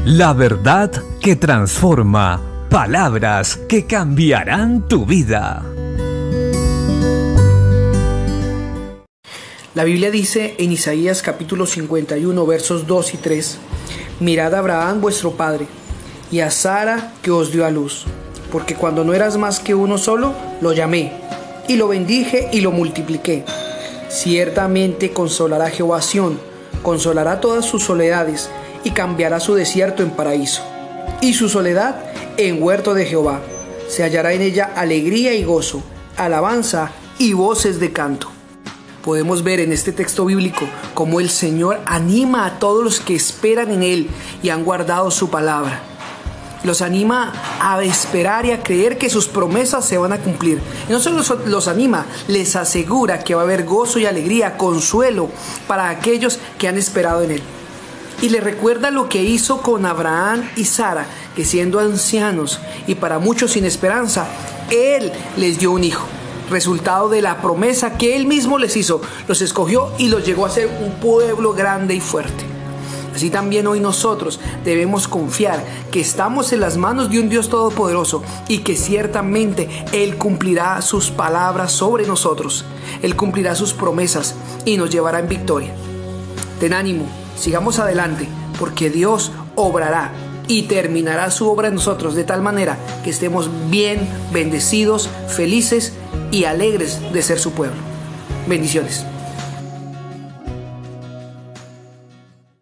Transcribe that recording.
La verdad que transforma. Palabras que cambiarán tu vida. La Biblia dice en Isaías capítulo 51 versos 2 y 3: Mirad a Abraham vuestro padre y a Sara que os dio a luz, porque cuando no eras más que uno solo, lo llamé y lo bendije y lo multipliqué. Ciertamente consolará Jehová a Sión, consolará todas sus soledades y cambiará su desierto en paraíso y su soledad en huerto de Jehová. Se hallará en ella alegría y gozo, alabanza y voces de canto. Podemos ver en este texto bíblico cómo el Señor anima a todos los que esperan en Él y han guardado su palabra. Los anima a esperar y a creer que sus promesas se van a cumplir. Y no solo los anima, les asegura que va a haber gozo y alegría, consuelo para aquellos que han esperado en Él. Y les recuerda lo que hizo con Abraham y Sara, que siendo ancianos y para muchos sin esperanza, Él les dio un hijo. Resultado de la promesa que Él mismo les hizo, los escogió y los llegó a ser un pueblo grande y fuerte. Así también hoy nosotros debemos confiar que estamos en las manos de un Dios todopoderoso y que ciertamente Él cumplirá sus palabras sobre nosotros. Él cumplirá sus promesas y nos llevará en victoria. Ten ánimo, sigamos adelante, porque Dios obrará y terminará su obra en nosotros de tal manera que estemos bien, bendecidos, felices y alegres de ser su pueblo. Bendiciones.